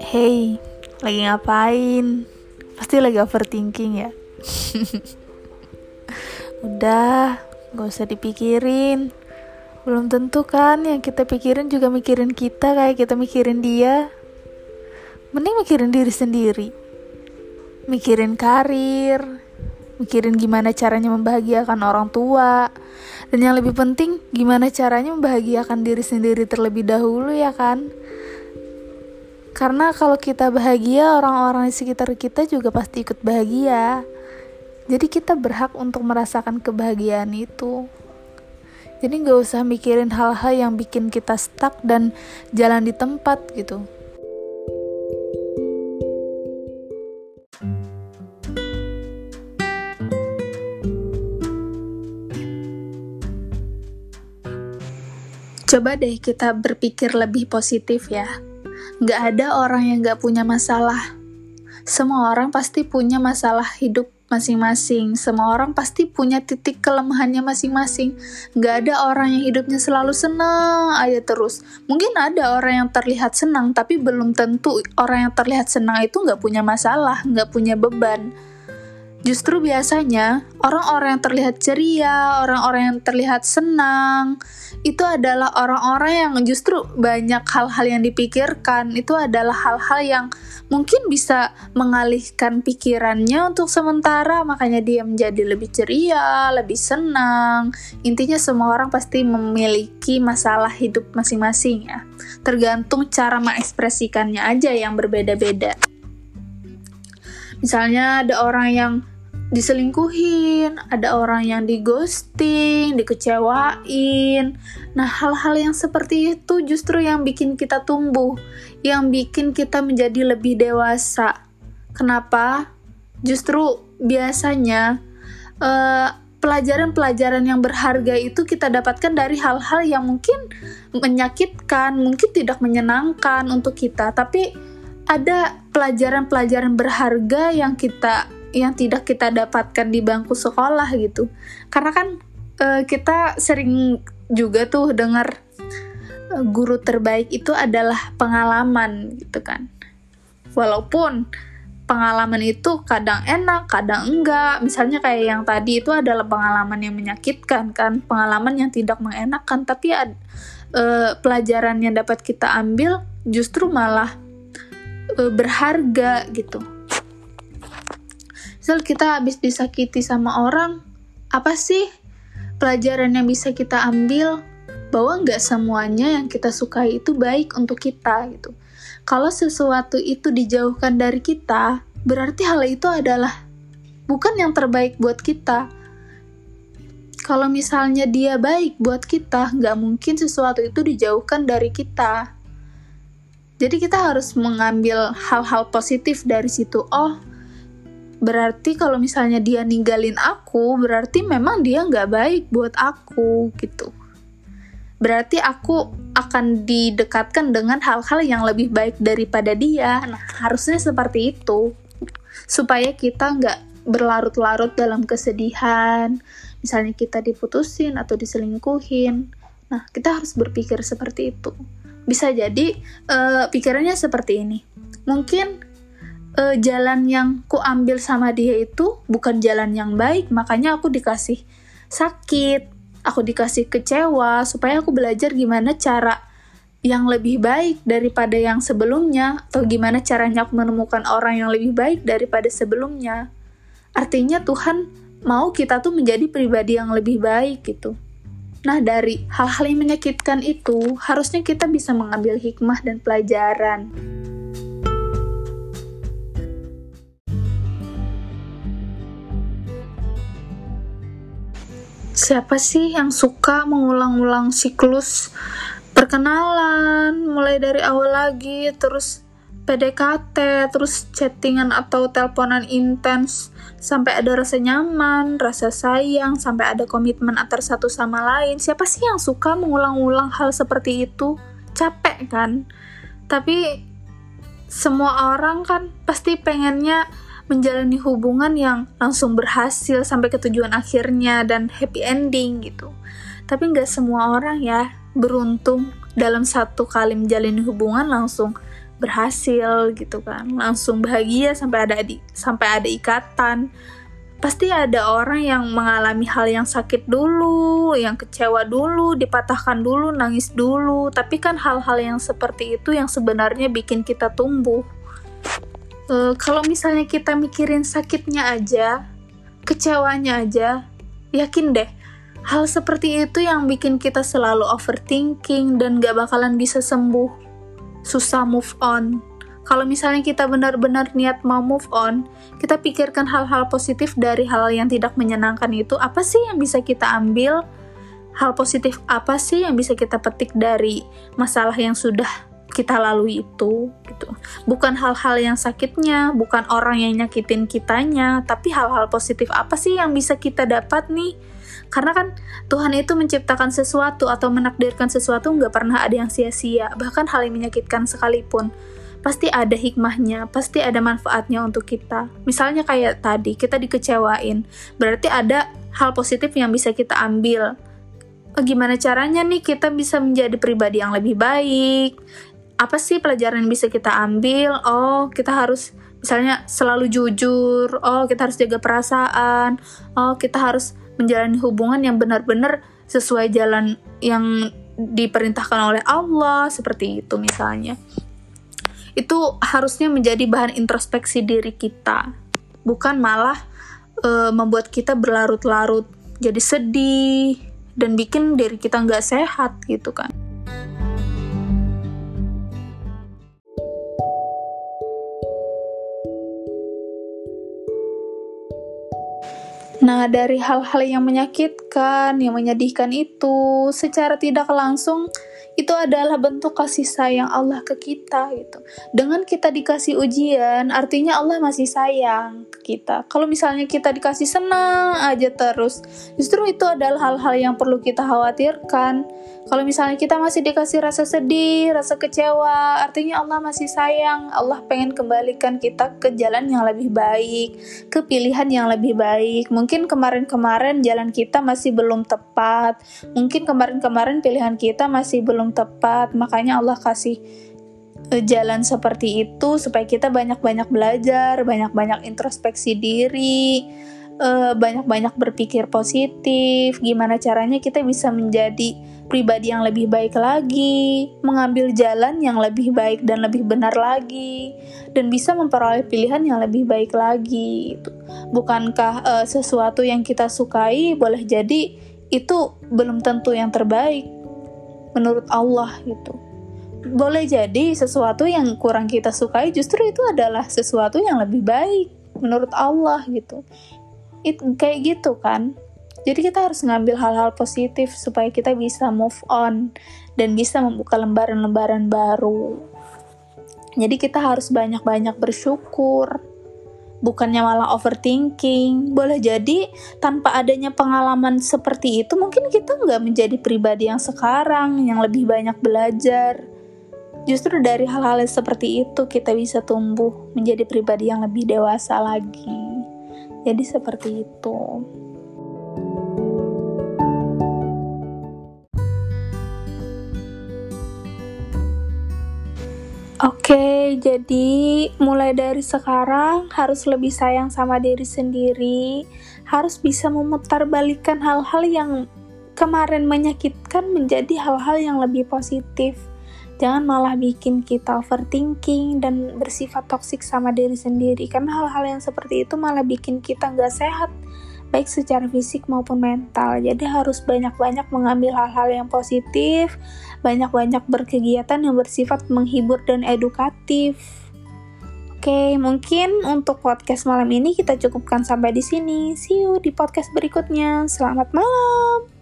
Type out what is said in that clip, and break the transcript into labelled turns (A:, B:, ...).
A: Hey, lagi ngapain? Pasti lagi overthinking ya? Udah, gak usah dipikirin. Belum tentu kan yang kita pikirin juga mikirin kita kayak kita mikirin dia. Mending mikirin diri sendiri. Mikirin karir, mikirin gimana caranya membahagiakan orang tua. Dan yang lebih penting, gimana caranya membahagiakan diri sendiri terlebih dahulu ya kan? Karena kalau kita bahagia, orang-orang di sekitar kita juga pasti ikut bahagia. Jadi kita berhak untuk merasakan kebahagiaan itu. Jadi gak usah mikirin hal-hal yang bikin kita stuck dan jalan di tempat gitu. Coba deh kita berpikir lebih positif ya. Gak ada orang yang gak punya masalah. Semua orang pasti punya masalah hidup masing-masing. Semua orang pasti punya titik kelemahannya masing-masing. Gak ada orang yang hidupnya selalu senang aja terus. Mungkin ada orang yang terlihat senang, tapi belum tentu orang yang terlihat senang itu gak punya masalah, gak punya beban. Justru biasanya, orang-orang yang terlihat ceria, orang-orang yang terlihat senang, itu adalah orang-orang yang justru banyak hal-hal yang dipikirkan. Itu adalah hal-hal yang mungkin bisa mengalihkan pikirannya untuk sementara, makanya dia menjadi lebih ceria, lebih senang. Intinya semua orang pasti memiliki masalah hidup masing-masing ya. Tergantung cara mengekspresikannya aja yang berbeda-beda. Misalnya ada orang yang diselingkuhin, ada orang yang dighosting, dikecewain. Nah, hal-hal yang seperti itu justru yang bikin kita tumbuh, yang bikin kita menjadi lebih dewasa. Kenapa? Justru biasanya pelajaran-pelajaran yang berharga itu kita dapatkan dari hal-hal yang mungkin menyakitkan, mungkin tidak menyenangkan untuk kita, tapi ada pelajaran-pelajaran berharga yang tidak kita dapatkan di bangku sekolah gitu. Karena kan kita sering juga tuh dengar guru terbaik itu adalah pengalaman gitu kan. Walaupun pengalaman itu kadang enak, kadang enggak. Misalnya kayak yang tadi itu adalah pengalaman yang menyakitkan kan, pengalaman yang tidak mengenakan, tapi pelajaran yang dapat kita ambil justru malah berharga gitu. Misal kita habis disakiti sama orang, apa sih pelajaran yang bisa kita ambil? Bahwa nggak semuanya yang kita sukai itu baik untuk kita gitu. Kalau sesuatu itu dijauhkan dari kita, berarti hal itu adalah bukan yang terbaik buat kita. Kalau misalnya dia baik buat kita, nggak mungkin sesuatu itu dijauhkan dari kita. Jadi kita harus mengambil hal-hal positif dari situ. Oh, berarti kalau misalnya dia ninggalin aku, berarti memang dia nggak baik buat aku gitu. Berarti aku akan didekatkan dengan hal-hal yang lebih baik daripada dia. Nah, harusnya seperti itu. Supaya kita nggak berlarut-larut dalam kesedihan. Misalnya kita diputusin atau diselingkuhin. Nah, kita harus berpikir seperti itu. Bisa jadi pikirannya seperti ini. Mungkin jalan yang ku ambil sama dia itu bukan jalan yang baik, makanya aku dikasih sakit, aku dikasih kecewa, supaya aku belajar gimana cara yang lebih baik daripada yang sebelumnya, atau gimana caranya aku menemukan orang yang lebih baik daripada sebelumnya. Artinya Tuhan mau kita tuh menjadi pribadi yang lebih baik gitu. Nah, dari hal-hal yang menyakitkan itu, harusnya kita bisa mengambil hikmah dan pelajaran. Siapa sih yang suka mengulang-ulang siklus perkenalan, mulai dari awal lagi, terus PDKT, terus chattingan atau teleponan intens, sampai ada rasa nyaman, rasa sayang, sampai ada komitmen antar satu sama lain. Siapa sih yang suka mengulang-ulang hal seperti itu? Capek kan? Tapi semua orang kan pasti pengennya menjalani hubungan yang langsung berhasil sampai ke tujuan akhirnya dan happy ending gitu. Tapi nggak semua orang ya beruntung dalam satu kali menjalani hubungan langsung berhasil gitu kan, langsung bahagia sampai ada ikatan. Pasti ada orang yang mengalami hal yang sakit dulu, yang kecewa dulu, dipatahkan dulu, nangis dulu. Tapi kan hal-hal yang seperti itu yang sebenarnya bikin kita tumbuh. Kalau misalnya kita mikirin sakitnya aja, kecewanya aja, yakin deh, hal seperti itu yang bikin kita selalu overthinking dan gak bakalan bisa sembuh, susah move on. Kalau misalnya kita benar-benar niat mau move on, kita pikirkan hal-hal positif dari hal yang tidak menyenangkan itu. Apa sih yang bisa kita ambil? Hal positif apa sih yang bisa kita petik dari masalah yang sudah kita lalui itu? Gitu. Bukan hal-hal yang sakitnya, bukan orang yang nyakitin kitanya, tapi hal-hal positif apa sih yang bisa kita dapat nih? Karena kan Tuhan itu menciptakan sesuatu atau menakdirkan sesuatu nggak pernah ada yang sia-sia. Bahkan hal yang menyakitkan sekalipun pasti ada hikmahnya, pasti ada manfaatnya untuk kita. Misalnya kayak tadi, kita dikecewain, berarti ada hal positif yang bisa kita ambil. Gimana caranya nih kita bisa menjadi pribadi yang lebih baik? Apa sih pelajaran yang bisa kita ambil? Oh, kita harus misalnya selalu jujur. Oh, kita harus jaga perasaan. Oh, kita harus menjalani hubungan yang benar-benar sesuai jalan yang diperintahkan oleh Allah, seperti itu misalnya. Itu harusnya menjadi bahan introspeksi diri kita, bukan malah membuat kita berlarut-larut jadi sedih dan bikin diri kita nggak sehat gitu kan. Nah, dari hal-hal yang menyakitkan, yang menyedihkan itu, secara tidak langsung itu adalah bentuk kasih sayang Allah ke kita gitu. Dengan kita dikasih ujian, artinya Allah masih sayang ke kita. Kalau misalnya kita dikasih senang aja terus, justru itu adalah hal-hal yang perlu kita khawatirkan. Kalau misalnya kita masih dikasih rasa sedih, rasa kecewa, artinya Allah masih sayang. Allah pengen kembalikan kita ke jalan yang lebih baik, ke pilihan yang lebih baik. Mungkin kemarin-kemarin jalan kita masih belum tepat. Mungkin kemarin-kemarin pilihan kita masih belum tepat, makanya Allah kasih jalan seperti itu supaya kita banyak-banyak belajar, banyak-banyak introspeksi diri, banyak-banyak berpikir positif, gimana caranya kita bisa menjadi pribadi yang lebih baik lagi, mengambil jalan yang lebih baik dan lebih benar lagi, dan bisa memperoleh pilihan yang lebih baik lagi. Bukankah sesuatu yang kita sukai boleh jadi itu belum tentu yang terbaik menurut Allah gitu. Boleh jadi sesuatu yang kurang kita sukai justru itu adalah sesuatu yang lebih baik menurut Allah gitu. Kayak gitu kan. Jadi kita harus ngambil hal-hal positif supaya kita bisa move on dan bisa membuka lembaran-lembaran baru. Jadi kita harus banyak-banyak bersyukur, bukannya malah overthinking. Boleh jadi tanpa adanya pengalaman seperti itu, mungkin kita nggak menjadi pribadi yang sekarang, yang lebih banyak belajar. Justru dari hal-hal seperti itu kita bisa tumbuh menjadi pribadi yang lebih dewasa lagi. Jadi seperti itu. Oke, jadi mulai dari sekarang harus lebih sayang sama diri sendiri, harus bisa memutarbalikkan hal-hal yang kemarin menyakitkan menjadi hal-hal yang lebih positif. Jangan malah bikin kita overthinking dan bersifat toksik sama diri sendiri, karena hal-hal yang seperti itu malah bikin kita nggak sehat, baik secara fisik maupun mental. Jadi harus banyak-banyak mengambil hal-hal yang positif, banyak-banyak berkegiatan yang bersifat menghibur dan edukatif. Oke, mungkin untuk podcast malam ini kita cukupkan sampai di sini. See you di podcast berikutnya. Selamat malam.